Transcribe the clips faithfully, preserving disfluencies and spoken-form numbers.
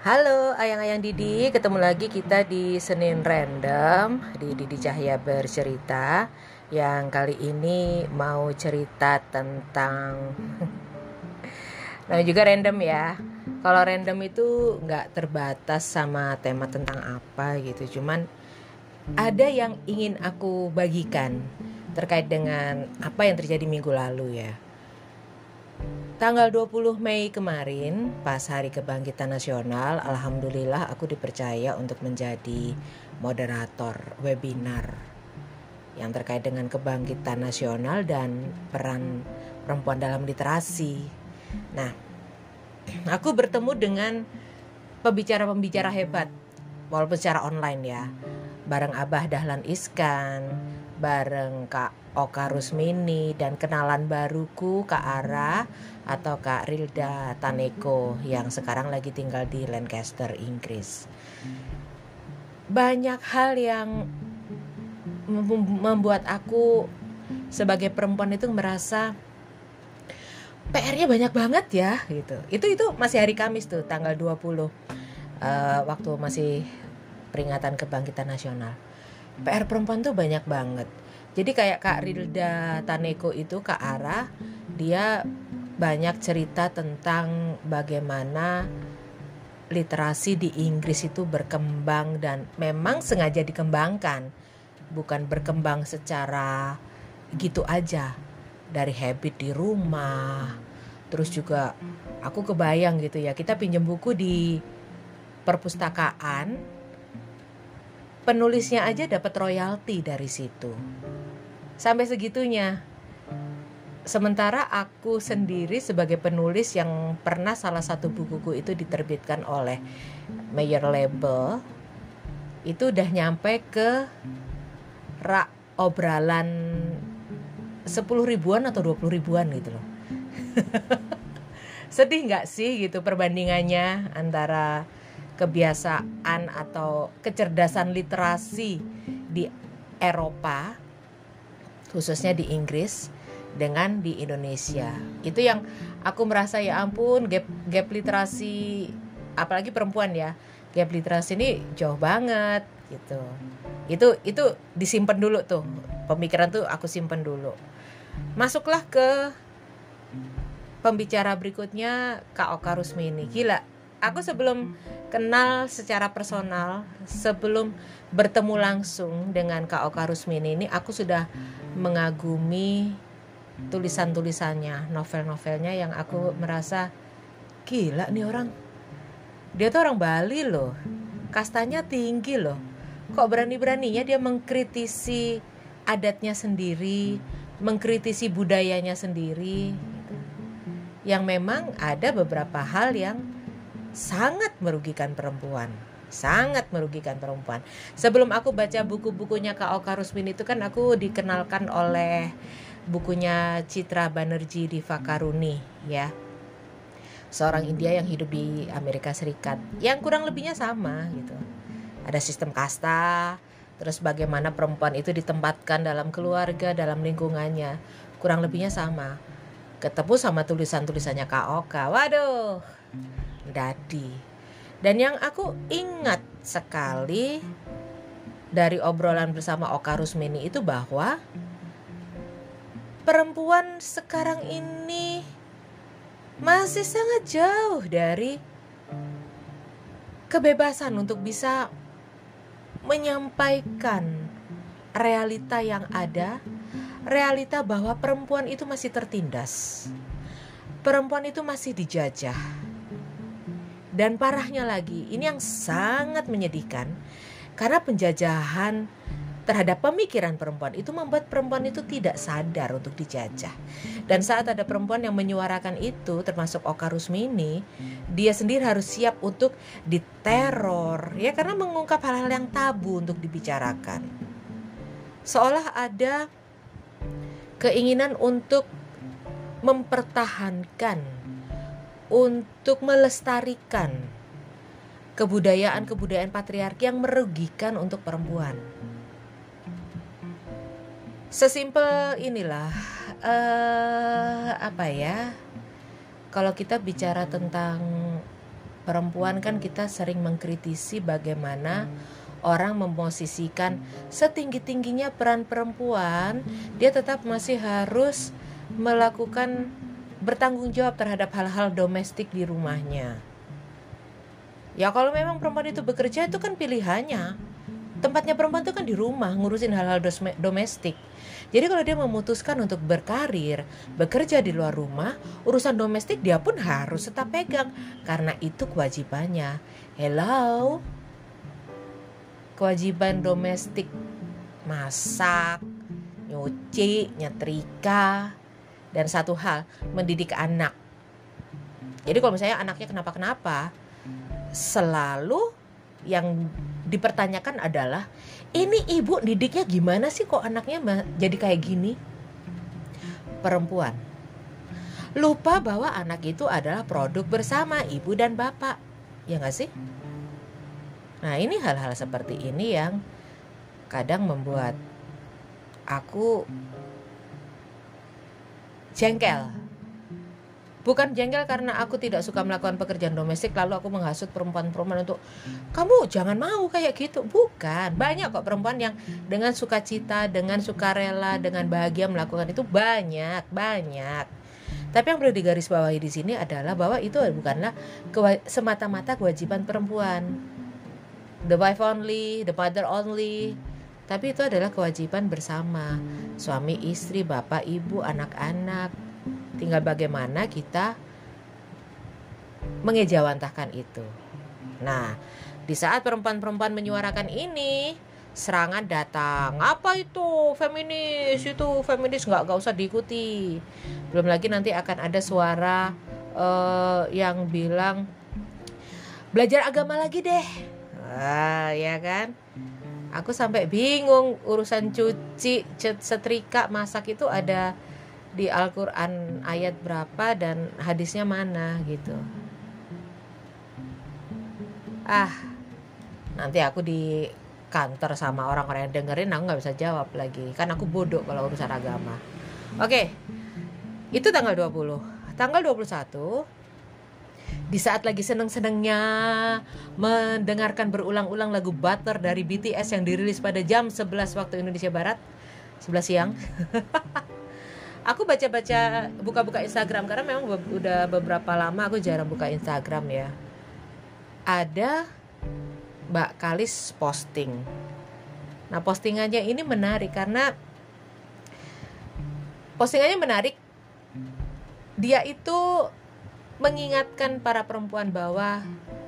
Halo ayang-ayang Didi, ketemu lagi kita di Senin Random di Didi Cahya Bercerita. Yang kali ini mau cerita tentang nah juga random ya. Kalau random itu gak terbatas sama tema tentang apa gitu, cuman ada yang ingin aku bagikan terkait dengan apa yang terjadi minggu lalu ya. Tanggal dua puluh Mei kemarin, pas Hari Kebangkitan Nasional, alhamdulillah aku dipercaya untuk menjadi moderator webinar yang terkait dengan kebangkitan nasional dan peran perempuan dalam literasi. Nah, aku bertemu dengan pembicara-pembicara hebat, walaupun secara online ya, bareng Abah Dahlan Iskan, bareng Kak Oka Rusmini, dan kenalan baruku Kak Ara atau Kak Rilda Taneko yang sekarang lagi tinggal di Lancaster, Inggris. Banyak hal yang membuat aku sebagai perempuan itu merasa P R-nya banyak banget ya gitu. Itu itu masih hari Kamis tuh, tanggal dua puluh, uh, waktu masih peringatan Kebangkitan Nasional. P R perempuan tuh banyak banget. Jadi kayak Kak Rilda Taneko itu, Kak Ara, dia banyak cerita tentang bagaimana literasi di Inggris itu berkembang dan memang sengaja dikembangkan, bukan berkembang secara gitu aja, dari habit di rumah. Terus juga aku kebayang gitu ya, kita pinjam buku di perpustakaan, penulisnya aja dapat royalti dari situ. Sampai segitunya. Sementara aku sendiri sebagai penulis yang pernah salah satu bukuku itu diterbitkan oleh Mayer Label, itu udah nyampe ke rak obralan sepuluh ribuan atau dua puluh ribuan gitu loh. Sedih gak sih gitu perbandingannya antara kebiasaan atau kecerdasan literasi di Eropa, khususnya di Inggris, dengan di Indonesia. Itu yang aku merasa ya ampun, gap gap literasi, apalagi perempuan ya, gap literasi ini jauh banget gitu. Itu itu disimpan dulu tuh, pemikiran tuh aku simpan dulu. Masuklah ke pembicara berikutnya, Kak Oka Rusmini. Gila, aku sebelum kenal secara personal, sebelum bertemu langsung dengan Kak Oka Rusmini ini, aku sudah mengagumi tulisan-tulisannya, novel-novelnya yang aku merasa gila nih orang. Dia tuh orang Bali loh, kastanya tinggi loh. Kok berani-beraninya dia mengkritisi adatnya sendiri, mengkritisi budayanya sendiri gitu. Yang memang ada beberapa hal yang sangat merugikan perempuan, sangat merugikan perempuan. Sebelum aku baca buku-bukunya Kak Oka Rusmini itu kan aku dikenalkan oleh bukunya Citra Banerjee Divakaruni ya, seorang India yang hidup di Amerika Serikat, yang kurang lebihnya sama gitu. Ada sistem kasta, terus bagaimana perempuan itu ditempatkan dalam keluarga, dalam lingkungannya, kurang lebihnya sama. Ketemu sama tulisan-tulisannya Kak Oka, waduh, dadi. Dan yang aku ingat sekali dari obrolan bersama Oka Rusmini itu bahwa perempuan sekarang ini masih sangat jauh dari kebebasan untuk bisa menyampaikan realita yang ada, realita bahwa perempuan itu masih tertindas, perempuan itu masih dijajah. Dan parahnya lagi, ini yang sangat menyedihkan, karena penjajahan terhadap pemikiran perempuan itu membuat perempuan itu tidak sadar untuk dijajah. Dan saat ada perempuan yang menyuarakan itu, termasuk Oka Rusmini, dia sendiri harus siap untuk diteror ya, karena mengungkap hal-hal yang tabu untuk dibicarakan. Seolah ada keinginan untuk mempertahankan, untuk melestarikan kebudayaan-kebudayaan patriarki yang merugikan untuk perempuan. Sesimpel inilah, uh, apa ya, kalau kita bicara tentang perempuan kan kita sering mengkritisi bagaimana orang memposisikan setinggi-tingginya peran perempuan, dia tetap masih harus melakukan bertanggung jawab terhadap hal-hal domestik di rumahnya. Ya kalau memang perempuan itu bekerja itu kan pilihannya. Tempatnya perempuan itu kan di rumah, ngurusin hal-hal domestik. Jadi kalau dia memutuskan untuk berkarir, bekerja di luar rumah, urusan domestik dia pun harus tetap pegang. Karena itu kewajibannya. Hello? Kewajiban domestik, masak, nyuci, nyetrika, dan satu hal, mendidik anak. Jadi kalau misalnya anaknya kenapa-kenapa, selalu yang dipertanyakan adalah, ini ibu didiknya gimana sih kok anaknya jadi kayak gini? Perempuan lupa bahwa anak itu adalah produk bersama ibu dan bapak, ya gak sih? Nah ini hal-hal seperti ini yang kadang membuat aku jengkel. Bukan jengkel karena aku tidak suka melakukan pekerjaan domestik lalu aku menghasut perempuan-perempuan untuk kamu jangan mau kayak gitu. Bukan, banyak kok perempuan yang dengan sukacita, dengan sukarela, dengan bahagia melakukan itu, banyak, banyak. Tapi yang perlu digarisbawahi di sini adalah bahwa itu bukanlah kewa- semata-mata kewajiban perempuan, the wife only, the mother only. Tapi itu adalah kewajiban bersama, suami, istri, bapak, ibu, anak-anak. Tinggal bagaimana kita mengejawantahkan itu. Nah, di saat perempuan-perempuan menyuarakan ini, serangan datang. Apa itu feminis? Itu feminis nggak nggak usah diikuti. Belum lagi nanti akan ada suara uh, yang bilang belajar agama lagi deh. Ah, ya kan? Aku sampai bingung urusan cuci, setrika, masak itu ada di Al-Quran ayat berapa dan hadisnya mana gitu. Ah, nanti aku di kantor sama orang-orang yang dengerin aku gak bisa jawab lagi. Kan aku bodoh kalau urusan agama. Oke, itu tanggal dua puluh. Tanggal dua puluh satu, di saat lagi seneng-senengnya mendengarkan berulang-ulang lagu Butter dari B T S yang dirilis pada jam sebelas waktu Indonesia Barat, sebelas siang. Aku baca-baca, buka-buka Instagram karena memang be- udah beberapa lama aku jarang buka Instagram ya. Ada Mbak Kalis posting. Nah postingannya ini menarik karena postingannya menarik. Dia itu mengingatkan para perempuan bahwa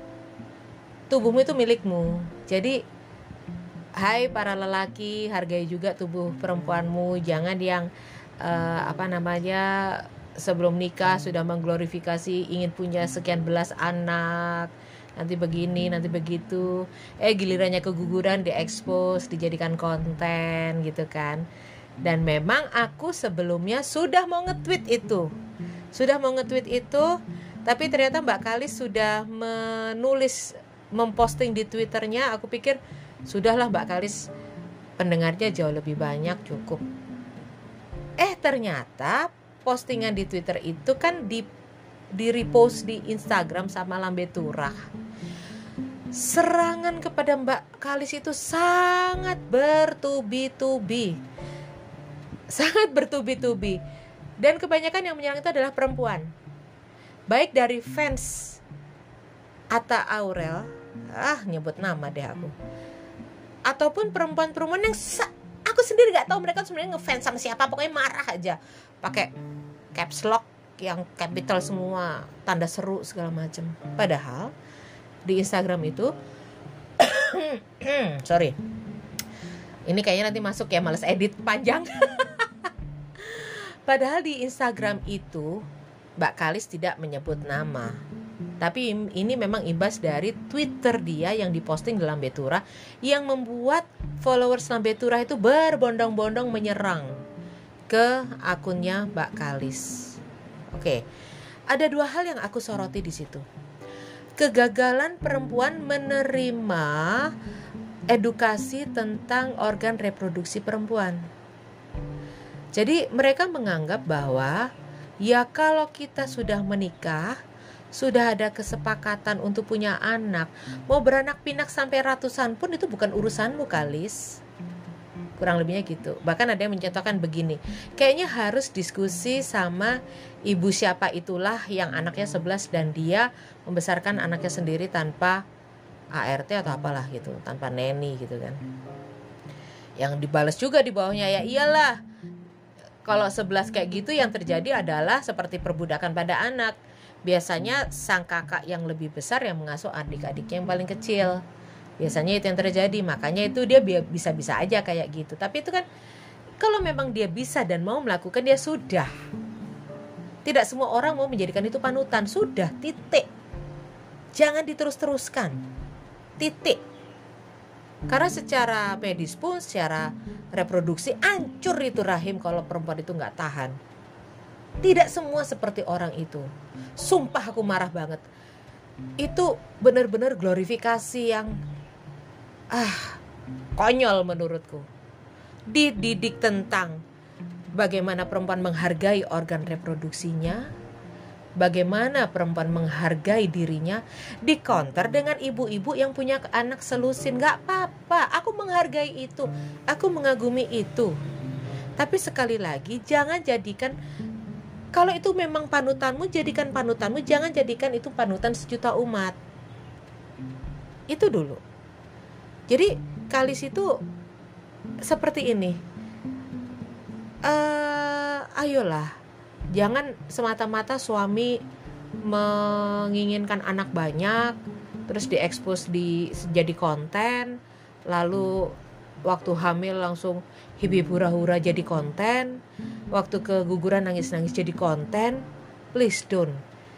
tubuhmu itu milikmu. Jadi hai para lelaki, hargai juga tubuh perempuanmu. Jangan yang Uh, apa namanya sebelum nikah sudah mengglorifikasi ingin punya sekian belas anak, nanti begini nanti begitu, eh gilirannya keguguran diekspos, dijadikan konten gitu kan. Dan memang aku sebelumnya sudah mau nge-tweet itu sudah mau nge-tweet itu tapi ternyata Mbak Kalis sudah menulis, memposting di Twitternya. Aku pikir sudahlah Mbak Kalis pendengarnya jauh lebih banyak, cukup. Eh ternyata postingan di Twitter itu kan di di repost di Instagram sama Lambe Turah. Serangan kepada Mbak Kalis itu sangat bertubi-tubi. Sangat bertubi-tubi. Dan kebanyakan yang menyerang itu adalah perempuan. Baik dari fans Atta Aurel, ah nyebut nama deh aku, ataupun perempuan-perempuan yang sa- aku sendiri nggak tahu mereka sebenarnya ngefans sama siapa, pokoknya marah aja, pakai caps lock yang capital semua, tanda seru segala macam. Padahal di Instagram itu, sorry, ini kayaknya nanti masuk ya, males edit panjang. Padahal di Instagram itu Mbak Kalis tidak menyebut nama. Tapi ini memang imbas dari Twitter dia yang diposting dalam Lambe Turah, yang membuat followers Lambe Turah itu berbondong-bondong menyerang ke akunnya Mbak Kalis. Oke, ada dua hal yang aku soroti di situ. Kegagalan perempuan menerima edukasi tentang organ reproduksi perempuan. Jadi mereka menganggap bahwa ya kalau kita sudah menikah, sudah ada kesepakatan untuk punya anak, mau beranak pinak sampai ratusan pun itu bukan urusanmu, Kalis. Kurang lebihnya gitu. Bahkan ada yang mencontohkan begini, kayaknya harus diskusi sama ibu siapa itulah yang anaknya sebelas dan dia membesarkan anaknya sendiri tanpa A R T atau apalah gitu, tanpa neni gitu kan. Yang dibalas juga di bawahnya, ya iyalah, kalau sebelas kayak gitu yang terjadi adalah seperti perbudakan pada anak. Biasanya sang kakak yang lebih besar yang mengasuh adik-adiknya yang paling kecil. Biasanya itu yang terjadi, makanya itu dia bisa-bisa aja kayak gitu. Tapi itu kan kalau memang dia bisa dan mau melakukan, dia sudah. Tidak semua orang mau menjadikan itu panutan, sudah, titik. Jangan diterus-teruskan, titik. Karena secara medis pun, secara reproduksi hancur itu rahim kalau perempuan itu gak tahan. Tidak semua seperti orang itu. Sumpah aku marah banget. Itu benar-benar glorifikasi yang ah konyol menurutku. Dididik tentang bagaimana perempuan menghargai organ reproduksinya, bagaimana perempuan menghargai dirinya, di counter dengan ibu-ibu yang punya anak selusin. Gak apa-apa, aku menghargai itu, aku mengagumi itu. Tapi sekali lagi, jangan jadikan, kalau itu memang panutanmu, jadikan panutanmu, jangan jadikan itu panutan sejuta umat. Itu dulu. Jadi Kalis itu seperti ini, uh, ayolah, jangan semata-mata suami menginginkan anak banyak terus diekspos di jadi konten, lalu waktu hamil langsung hibib hura-hura jadi konten, waktu keguguran nangis-nangis jadi konten. Please don't.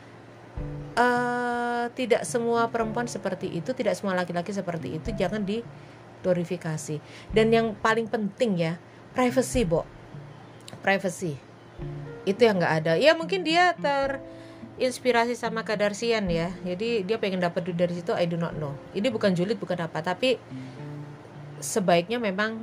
Uh, tidak semua perempuan seperti itu, tidak semua laki-laki seperti itu. Jangan diglorifikasi. Dan yang paling penting ya, privacy, Bo. Privacy. Itu yang nggak ada. Ya mungkin dia terinspirasi sama Kardashian ya. Jadi dia pengen dapat duit dari situ. I do not know. Ini bukan julid, bukan apa. Tapi sebaiknya memang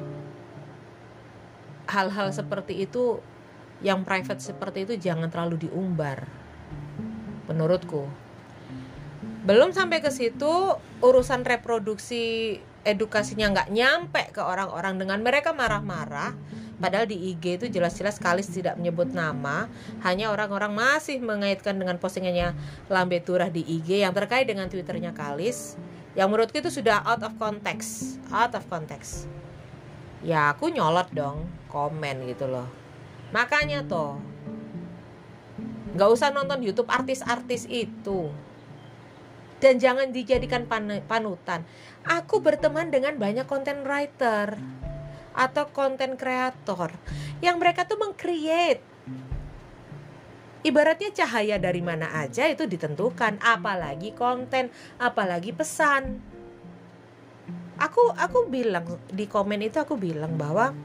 hal-hal seperti itu, yang private seperti itu jangan terlalu diumbar. Menurutku. Belum sampai ke situ, urusan reproduksi edukasinya nggak nyampe ke orang-orang dengan mereka marah-marah. Padahal di I G itu jelas-jelas Kalis tidak menyebut nama, hanya orang-orang masih mengaitkan dengan postingannya Lambe Turah di I G yang terkait dengan Twitternya Kalis, yang menurutku itu sudah out of context, out of context. Ya aku nyolot dong, komen gitu loh. Makanya toh, gak usah nonton YouTube artis-artis itu. Dan jangan dijadikan pan- panutan. Aku berteman dengan banyak content writer atau content creator yang mereka tuh meng-create. Ibaratnya cahaya dari mana aja itu ditentukan, apalagi konten, apalagi pesan. Aku aku bilang di komen itu, aku bilang bahwa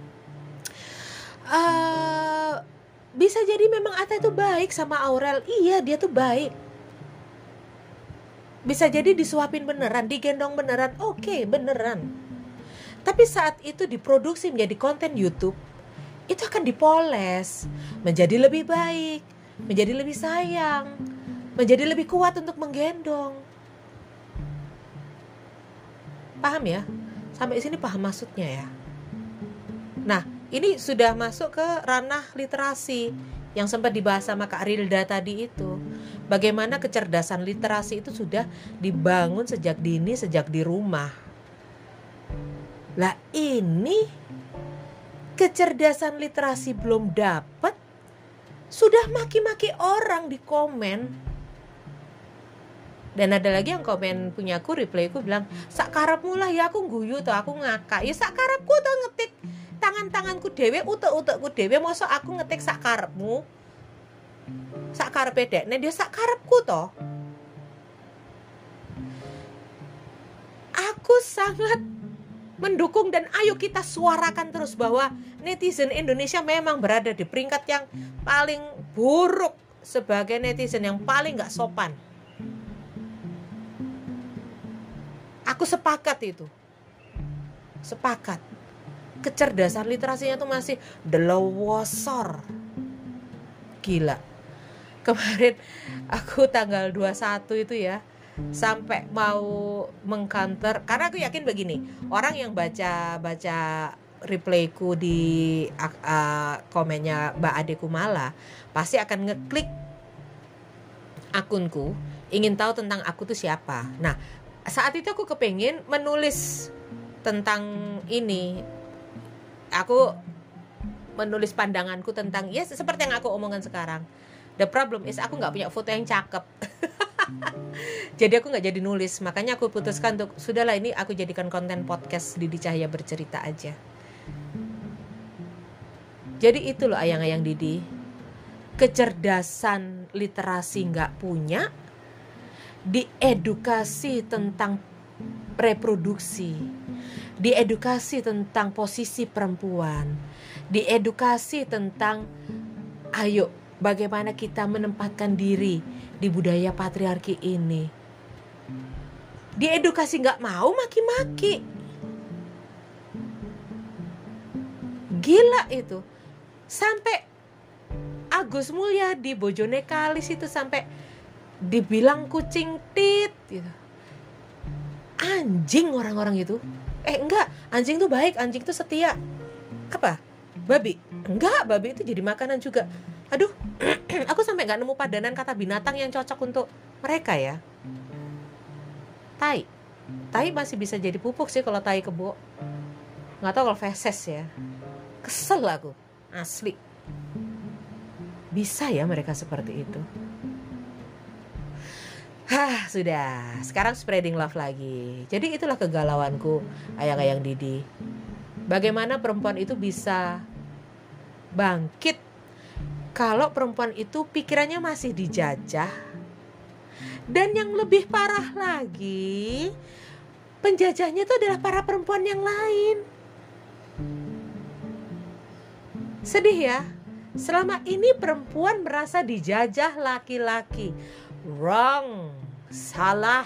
uh, bisa jadi memang Atta itu baik sama Aurel. Iya, dia tuh baik. Bisa jadi disuapin beneran, digendong beneran. Oke, okay, beneran. Tapi saat itu diproduksi menjadi konten YouTube, itu akan dipoles menjadi lebih baik, menjadi lebih sayang, menjadi lebih kuat untuk menggendong. Paham ya? Sampai sini paham maksudnya ya? Nah, ini sudah masuk ke ranah literasi yang sempat dibahas sama Kak Rilda tadi itu. Bagaimana kecerdasan literasi itu sudah dibangun sejak dini, sejak di rumah. Lah ini kecerdasan literasi belum dapat, sudah maki-maki orang di komen. Dan ada lagi yang komen punya aku, reply aku bilang, sak karepmu lah ya, aku guyu tuh, aku ngakak. Ya sak karepku tuh ngetik tangan-tanganku dewe, utek-utekku dewe, mosok aku ngetik sak karepmu. Sak karepe dekne dia sak karepku toh. Aku sangat mendukung dan ayo kita suarakan terus bahwa netizen Indonesia memang berada di peringkat yang paling buruk sebagai netizen yang paling gak sopan. Aku sepakat itu. Sepakat. Kecerdasan literasinya tuh masih delawosor. Gila. kemarin aku tanggal dua puluh satu itu ya, sampai mau mengcounter, karena aku yakin begini, orang yang baca baca replayku di uh, komennya Mbak Ade Kumala pasti akan ngeklik akunku, ingin tahu tentang aku tuh siapa. Nah, saat itu aku kepengen menulis tentang ini, aku menulis pandanganku tentang, ya seperti yang aku omongkan sekarang. The problem is aku nggak punya foto yang cakep. Jadi aku nggak jadi nulis. Makanya aku putuskan untuk sudahlah, ini aku jadikan konten podcast Didi Cahya Bercerita aja. Jadi itu loh ayang-ayang Didi, kecerdasan literasi nggak punya, diedukasi tentang reproduksi, diedukasi tentang posisi perempuan, diedukasi tentang ayo bagaimana kita menempatkan diri di budaya patriarki ini. Diedukasi nggak mau maki-maki. Gila itu. Sampai Agus Mulyadi, bojone Kalis itu sampai dibilang kucing tit gitu. Anjing orang-orang itu. Eh enggak, anjing tuh baik, anjing tuh setia. Apa? Babi? Enggak, babi itu jadi makanan juga. Aduh, aku sampai gak nemu padanan kata binatang yang cocok untuk mereka ya. Tai. Tai masih bisa jadi pupuk sih kalau tai kebo. Gak tahu kalau feses ya. Kesel aku, asli. Bisa ya mereka seperti itu. Hah, sudah. Sekarang spreading love lagi. Jadi itulah kegalauanku, ayang-ayang Didi. Bagaimana perempuan itu bisa bangkit kalau perempuan itu pikirannya masih dijajah. Dan yang lebih parah lagi, penjajahnya itu adalah para perempuan yang lain. Sedih ya. Selama ini perempuan merasa dijajah laki-laki. Wrong, salah.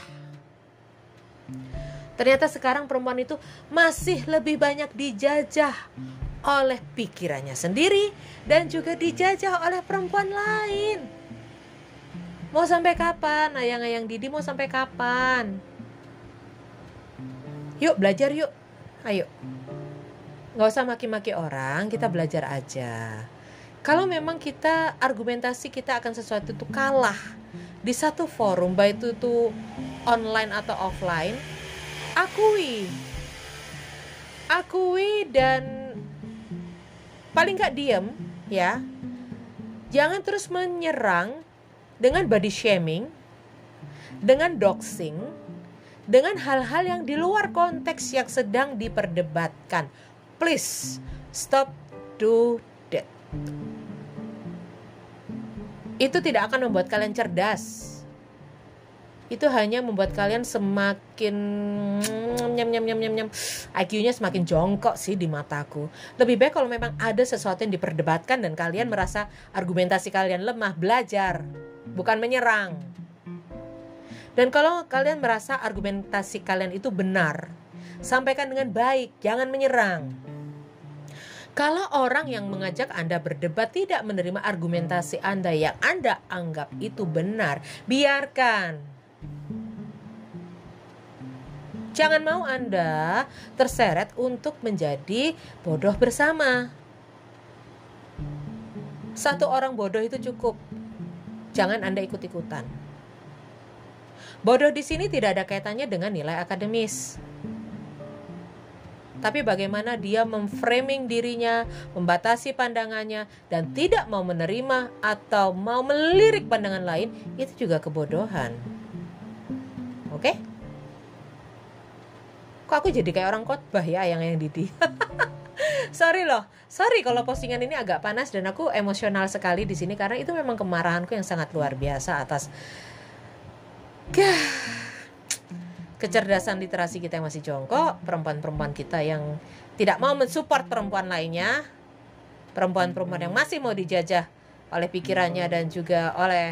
Ternyata sekarang perempuan itu masih lebih banyak dijajah oleh pikirannya sendiri dan juga dijajah oleh perempuan lain. Mau sampai kapan, ayang-ayang Didi, mau sampai kapan? Yuk belajar yuk, ayo. Gak usah maki-maki orang, kita belajar aja. Kalau memang kita argumentasi kita akan sesuatu itu kalah di satu forum, baik itu tuh online atau offline, akui, akui dan paling nggak diem ya. Jangan terus menyerang dengan body shaming, dengan doxing, dengan hal-hal yang di luar konteks yang sedang diperdebatkan. Please stop do that. Itu tidak akan membuat kalian cerdas. Itu hanya membuat kalian semakin nyam nyam nyam nyam nyam. I Q-nya semakin jongkok sih di mataku. Lebih baik kalau memang ada sesuatu yang diperdebatkan dan kalian merasa argumentasi kalian lemah, belajar, bukan menyerang. Dan kalau kalian merasa argumentasi kalian itu benar, sampaikan dengan baik, jangan menyerang. Kalau orang yang mengajak Anda berdebat tidak menerima argumentasi Anda yang Anda anggap itu benar, biarkan. Jangan mau Anda terseret untuk menjadi bodoh bersama. Satu orang bodoh itu cukup. Jangan Anda ikut-ikutan. Bodoh di sini tidak ada kaitannya dengan nilai akademis. Tapi bagaimana dia memframing dirinya, membatasi pandangannya, dan tidak mau menerima atau mau melirik pandangan lain, itu juga kebodohan. Oke? Kok aku jadi kayak orang khotbah ya, yang yang Didi? Sorry loh, sorry kalau postingan ini agak panas dan aku emosional sekali di sini karena itu memang kemarahanku yang sangat luar biasa atas kecerdasan literasi kita yang masih jongkok, perempuan-perempuan kita yang tidak mau mensupport perempuan lainnya, perempuan-perempuan yang masih mau dijajah oleh pikirannya dan juga oleh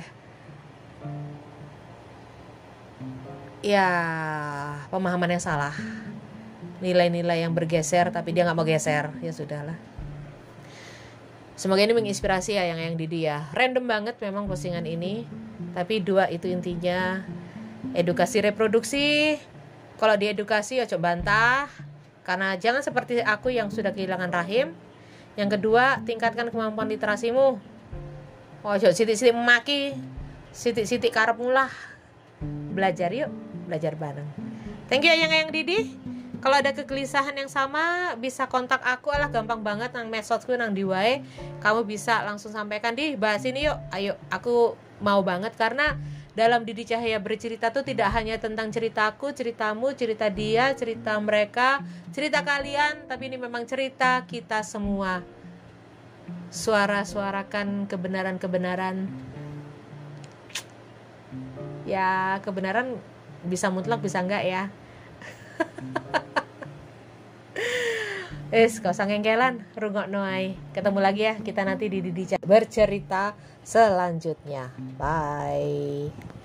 ya pemahaman yang salah, nilai-nilai yang bergeser tapi dia nggak mau geser, ya sudahlah. Semoga ini menginspirasi ya yang yang Didi ya. Random banget memang postingan ini, tapi dua itu intinya. Edukasi reproduksi. Kalau di edukasi ya coba bantah, karena jangan seperti aku yang sudah kehilangan rahim. Yang kedua, tingkatkan kemampuan literasimu. Ojo sitik-sitik memaki, sitik-sitik karepmu lah. Belajar yuk, belajar bareng. Thank you yang yang Didi. Kalau ada kegelisahan yang sama, bisa kontak aku, lah gampang banget nang mesotku nang di wae. Kamu bisa langsung sampaikan, di bahas ini yuk. Ayo, aku mau banget karena dalam Didi Cahaya Bercerita tuh tidak hanya tentang ceritaku, ceritamu, cerita dia, cerita mereka, cerita kalian, tapi ini memang cerita kita semua. Suara-suarakan kebenaran-kebenaran. Ya, kebenaran bisa mutlak, bisa enggak ya. Es, gak usah ngengkelan, rungokno ae. Ketemu lagi ya kita nanti di Didi Cahaya Bercerita selanjutnya. Bye.